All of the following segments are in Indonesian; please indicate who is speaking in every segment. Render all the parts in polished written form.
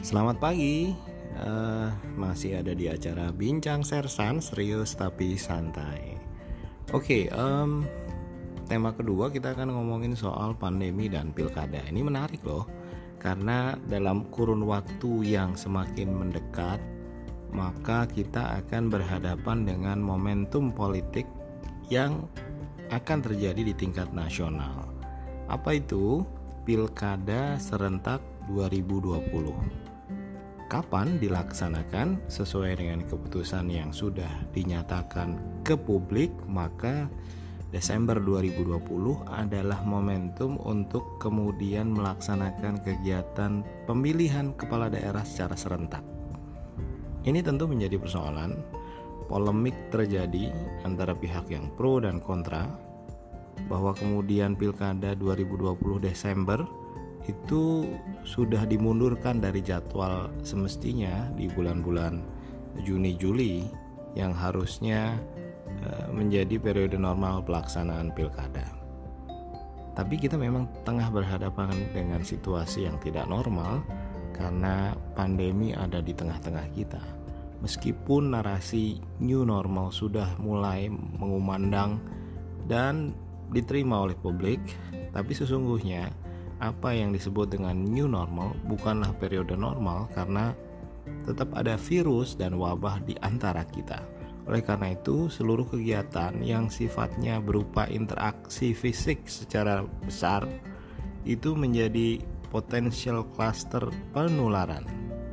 Speaker 1: Selamat pagi, masih ada di acara Bincang Sersan, serius tapi santai. Oke, tema kedua kita akan ngomongin soal pandemi dan pilkada. Ini menarik loh, karena dalam kurun waktu yang semakin mendekat, maka kita akan berhadapan dengan momentum politik yang akan terjadi di tingkat nasional. Apa itu? Pilkada serentak 2020. Kapan dilaksanakan? Sesuai dengan keputusan yang sudah dinyatakan ke publik, maka Desember 2020 adalah momentum untuk kemudian melaksanakan kegiatan pemilihan kepala daerah secara serentak. Ini tentu menjadi persoalan. Polemik terjadi antara pihak yang pro dan kontra, bahwa kemudian pilkada 2020 Desember itu sudah dimundurkan dari jadwal semestinya di bulan-bulan Juni-Juli yang harusnya menjadi periode normal pelaksanaan pilkada. Tapi kita memang tengah berhadapan dengan situasi yang tidak normal karena pandemi ada di tengah-tengah kita. Meskipun narasi new normal sudah mulai mengumandang dan diterima oleh publik, tapi sesungguhnya apa yang disebut dengan new normal bukanlah periode normal karena tetap ada virus dan wabah di antara kita. Oleh karena itu, seluruh kegiatan yang sifatnya berupa interaksi fisik secara besar itu menjadi potensial cluster penularan.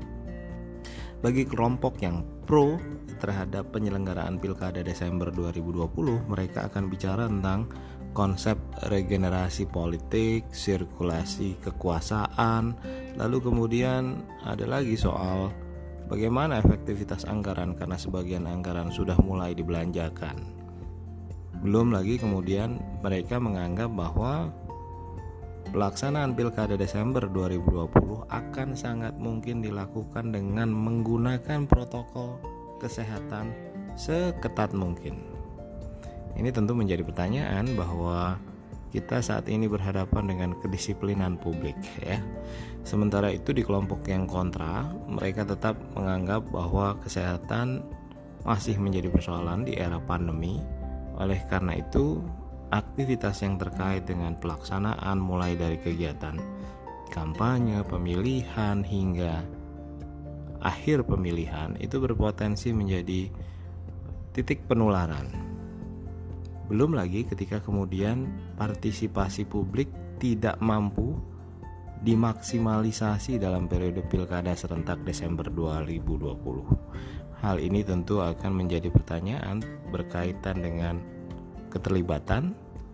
Speaker 1: Bagi kelompok yang pro terhadap penyelenggaraan pilkada Desember 2020, mereka akan bicara tentang konsep regenerasi politik, sirkulasi kekuasaan, lalu kemudian ada lagi soal bagaimana efektivitas anggaran karena sebagian anggaran sudah mulai dibelanjakan. Belum lagi kemudian mereka menganggap bahwa pelaksanaan pilkada Desember 2020 akan sangat mungkin dilakukan dengan menggunakan protokol kesehatan seketat mungkin. Ini tentu menjadi pertanyaan bahwa kita saat ini berhadapan dengan kedisiplinan publik ya. Sementara itu di kelompok yang kontra, mereka tetap menganggap bahwa kesehatan masih menjadi persoalan di era pandemi. Oleh karena itu, aktivitas yang terkait dengan pelaksanaan mulai dari kegiatan kampanye, pemilihan hingga akhir pemilihan itu berpotensi menjadi titik penularan. Belum lagi ketika kemudian partisipasi publik tidak mampu dimaksimalisasi dalam periode pilkada serentak Desember 2020. Hal ini tentu akan menjadi pertanyaan berkaitan dengan keterlibatan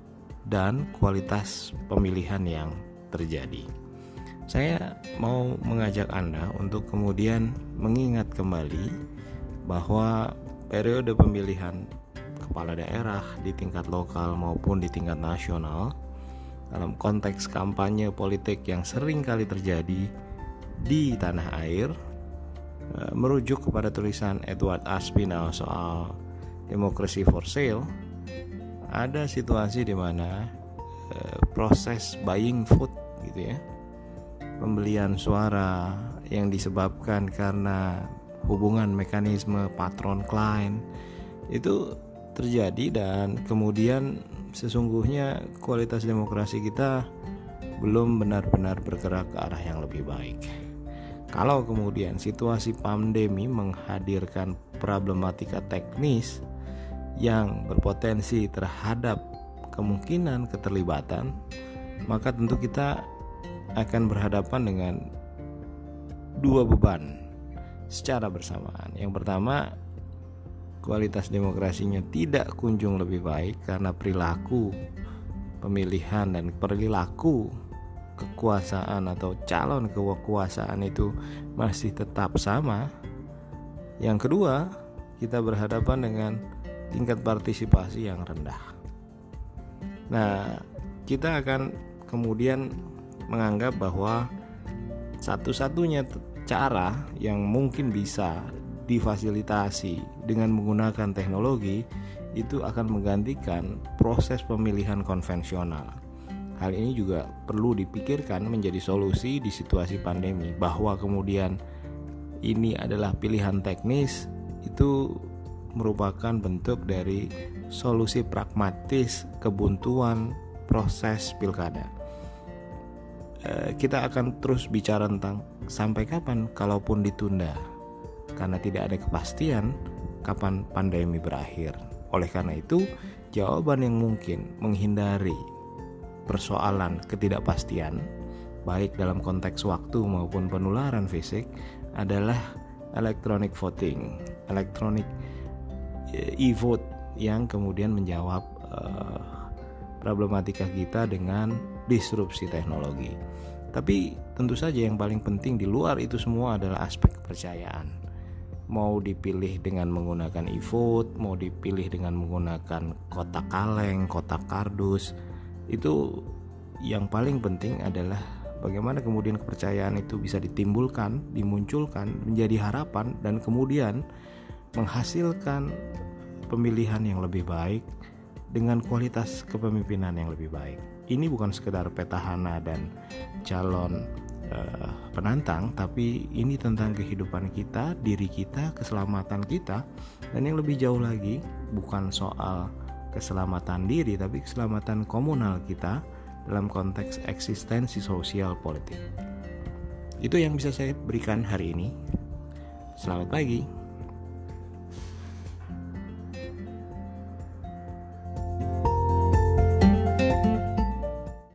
Speaker 1: dan kualitas pemilihan yang terjadi. Saya mau mengajak Anda untuk kemudian mengingat kembali bahwa periode pemilihan kepala daerah di tingkat lokal maupun di tingkat nasional dalam konteks kampanye politik yang sering kali terjadi di tanah air, merujuk kepada tulisan Edward Aspinall soal Democracy for Sale. Ada situasi di mana proses buying vote gitu ya, pembelian suara yang disebabkan karena hubungan mekanisme patron-klien itu terjadi, dan kemudian sesungguhnya kualitas demokrasi kita belum benar-benar bergerak ke arah yang lebih baik. Kalau kemudian situasi pandemi menghadirkan problematika teknis yang berpotensi terhadap kemungkinan keterlibatan, maka tentu kita akan berhadapan dengan dua beban secara bersamaan. Yang pertama, kualitas demokrasinya tidak kunjung lebih baik karena perilaku pemilihan dan perilaku kekuasaan atau calon kekuasaan itu masih tetap sama. Yang kedua, kita berhadapan dengan tingkat partisipasi yang rendah. Nah, kita akan kemudian menganggap bahwa satu-satunya cara yang mungkin bisa difasilitasi dengan menggunakan teknologi itu akan menggantikan proses pemilihan konvensional. Hal ini juga perlu dipikirkan menjadi solusi di situasi pandemi, bahwa kemudian ini adalah pilihan teknis, itu merupakan bentuk dari solusi pragmatis kebuntuan proses pilkada. Kita akan terus bicara tentang sampai kapan kalaupun ditunda, karena tidak ada kepastian kapan pandemi berakhir. Oleh karena itu, jawaban yang mungkin menghindari persoalan ketidakpastian baik dalam konteks waktu maupun penularan fisik adalah electronic voting, electronic e-vote yang kemudian menjawab problematika kita dengan disrupsi teknologi. Tapi tentu saja yang paling penting di luar itu semua adalah aspek kepercayaan. Mau dipilih dengan menggunakan e-vote, mau dipilih dengan menggunakan kotak kaleng, kotak kardus, itu yang paling penting adalah bagaimana kemudian kepercayaan itu bisa ditimbulkan, dimunculkan, menjadi harapan, dan kemudian menghasilkan pemilihan yang lebih baik dengan kualitas kepemimpinan yang lebih baik. Ini bukan sekedar petahana dan calon penantang, tapi ini tentang kehidupan kita, diri kita, keselamatan kita, dan yang lebih jauh lagi bukan soal keselamatan diri, tapi keselamatan komunal kita dalam konteks eksistensi sosial politik. Itu yang bisa saya berikan hari ini. Selamat pagi.